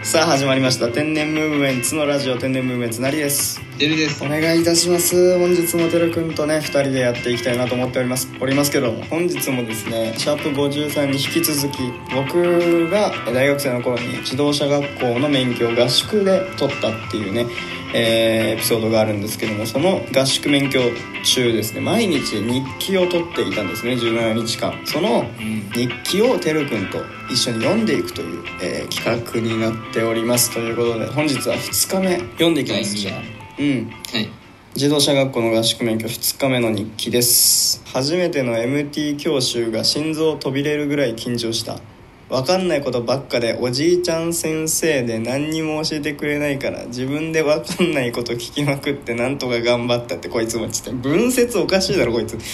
さあ始まりました天然ムーブメンツのラジオ。天然ムーブメンツなりです。 てるです。 お願いいたします。本日もてるくんとね2人でやっていきたいなと思っておりますけども、本日もですねシャープ53に引き続き、僕が大学生の頃に自動車学校の免許を合宿で取ったっていうねエピソードがあるんですけども、その合宿免許中ですね、毎日日記を取っていたんですね、17日間。その日記をてるくんと一緒に読んでいくという、企画になっておりますということで、本日は2日目読んでいきます。じゃあはい、自動車学校の合宿免許2日目の日記です。初めての MT 教習が心臓飛び出るぐらい緊張した。分かんないことばっかでおじいちゃん先生で何にも教えてくれないから自分で分かんないこと聞きまくってなんとか頑張ったって。こいつもちょっと分節おかしいだろこいつちょっ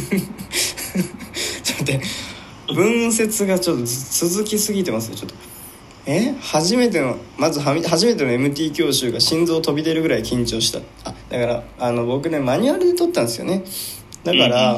と待って、分節がちょっと続きすぎてますよ。ちょっと初めての MT 教習が心臓飛び出るぐらい緊張した。だから僕ねマニュアルで撮ったんですよね。だから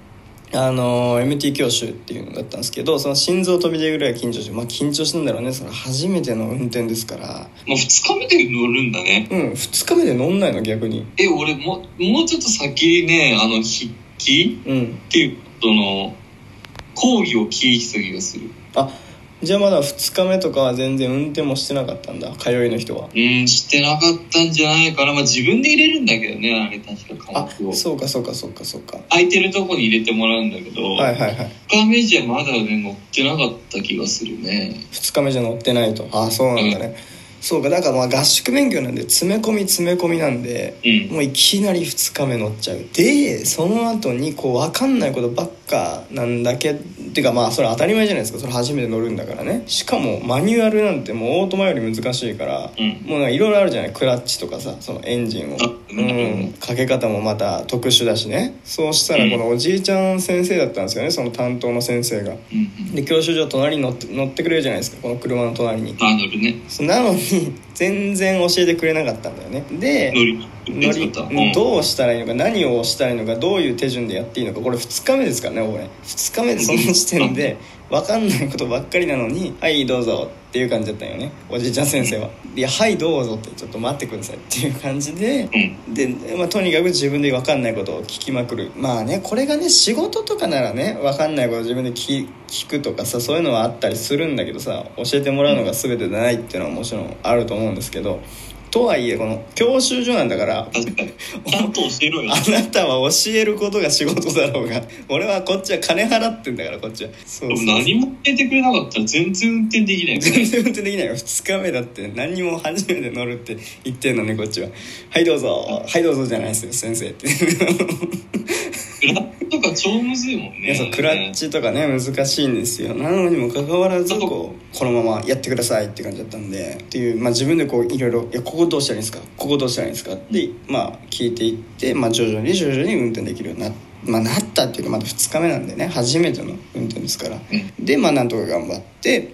MT 教習っていうのだったんですけど、その心臓飛び出るぐらい緊張して、緊張したんだろうね。それ初めての運転ですから。 もう2日目で乗るんだね。 2日目で乗んないの逆に。 俺もうちょっと先にね筆記、っていうことの講義を聞いてた気がする。 じゃあまだ2日目とかは全然運転もしてなかったんだ、通いの人は。 してなかったんじゃないかな。自分で入れるんだけどね、あれ確か科目を。 そうか空いてるとこに入れてもらうんだけど、2日目じゃまだね乗ってなかった気がするね。 2日目じゃ乗ってないと。そうなんだね。そうか、だから合宿免許なんで詰め込みなんで、もういきなり2日目乗っちゃう。でその後に分かんないことばっかなんだけど、っていうかそれ当たり前じゃないですか。それ初めて乗るんだからね。しかもマニュアルなんてもうオートマより難しいから、もういろいろあるじゃない。クラッチとかさ、そのエンジンをかけ方もまた特殊だしね。そうしたらこのおじいちゃん先生だったんですよね、その担当の先生が。で教習所隣に乗ってくれるじゃないですか、この車の隣に。 乗るね。 なのに全然教えてくれなかったんだよね。でどうしたらいいのか、何をしたらいいのか、どういう手順でやっていいのか。これ2日目ですからね。俺2日目でその時点で分かんないことばっかりなのに、はいどうぞっていう感じだったよね、おじいちゃん先生は。いやはいどうぞってちょっと待ってくださいっていう感じで、とにかく自分で分かんないことを聞きまくる。これがね仕事とかならね、分かんないことを自分で聞くとかさ、そういうのはあったりするんだけどさ、教えてもらうのが全てでないっていうのはもちろんあると思うんですけど、とはいえこの教習所なんだからちゃんと教えろよ。 あなたは教えることが仕事だろうが、俺はこっちは金払ってんだから。こっちはでも何も教えてくれなかったら全然運転できない。 全然運転できないよ。2日目だって何にも初めて乗るって言ってんのに、こっちははいどうぞじゃないですよ先生ってクラッチとか超むずいもんね。 クラッチとかね難しいんですよ。なのにもかかわらずこのままやってくださいって感じだったんで、っていう自分でいろいろ、ここどうしたらいいんですか、ここどうしたらいいんですかって聞いていって、徐々に運転できるようになったっていうか、まだ2日目なんでね、初めての運転ですから。でなんとか頑張って、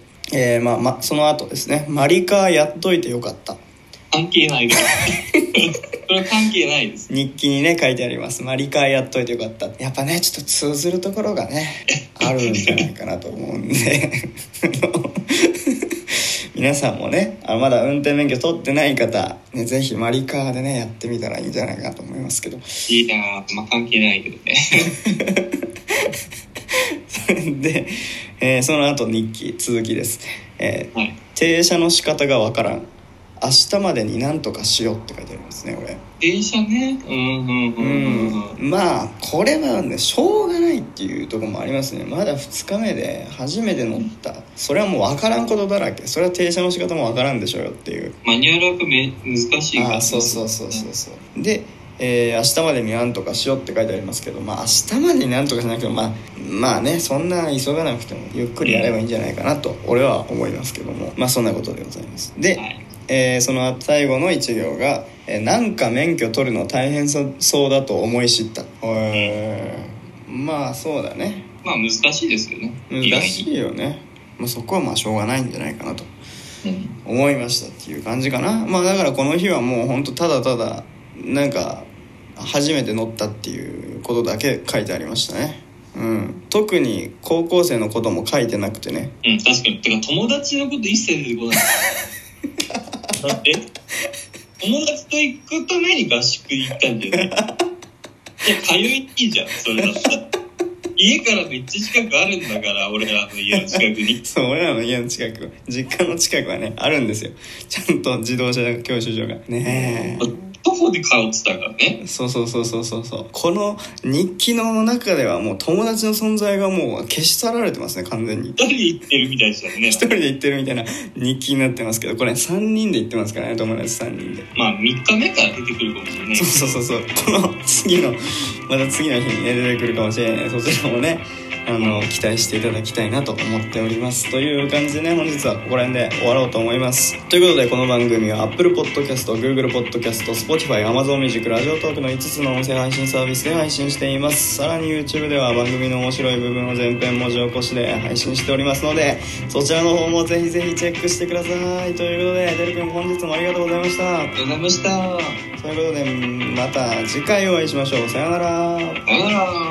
その後ですね、マリカーやっといてよかった。 関係ないからそれは関係ないです。 日記にね書いてあります。マリカーやっといてよかった。やっぱねちょっと通ずるところがねあるんじゃないかなと思うんで皆さんもねまだ運転免許取ってない方、ね、ぜひマリカーでねやってみたらいいんじゃないかなと思いますけど。 いいな、関係ないけどねで、その後日記続きです。停車の仕方がわからん。明日までに何とかしようって書いてありますね。これ電車ね。 これはねしょうがないっていうところもありますね。まだ2日目で初めて乗った、それはもう分からんことだらけ。それは停車の仕方も分からんでしょうよっていう。 マニュアルが難しいから。 そうで、明日までに何とかしようって書いてありますけど、明日までに何とかしなくてもね、そんな急がなくてもゆっくりやればいいんじゃないかなと俺は思いますけども、そんなことでございます。で、その最後の一行が、なんか免許取るの大変そうだと思い知った。そうだね。 難しいですよね。 難しいよね。そこはしょうがないんじゃないかなと思いましたっていう感じかな。だからこの日はもう本当ただただなんか初めて乗ったっていうことだけ書いてありましたね。特に高校生のことも書いてなくてね。 確かに。てか友達のこと一切出てこないだって友達と行くために合宿行ったんじゃない？いや通いいいじゃんそれだったら。家からめっちゃ近くあるんだから俺らの家の近くに。 そう俺らの家の近く、実家の近くはねあるんですよ、ちゃんと自動車教習所がね。 徒歩で通ってたからね。 そうこの日記の中ではもう友達の存在がもう消し去られてますね、完全に。 一人で行ってるみたいですよね。 一人で行ってるみたいな日記になってますけど、これ3人で行ってますからね、友達3人で。 まあ3日目から出てくるかもしれない。 そうこの次のまた次の日にね出てくるかもしれない、そちらもね期待していただきたいなと思っておりますという感じでね、本日はここら辺で終わろうと思います。ということでこの番組は Apple Podcast、Google Podcast、Spotify、Amazon Music、ラジオトークの5つの音声配信サービスで配信しています。さらに YouTube では番組の面白い部分を全編文字起こしで配信しておりますので、そちらの方もぜひぜひチェックしてください。ということでてるくん本日もありがとうございました。 ありがとうございました。 ということでまた次回お会いしましょう。さよなら。 さよなら。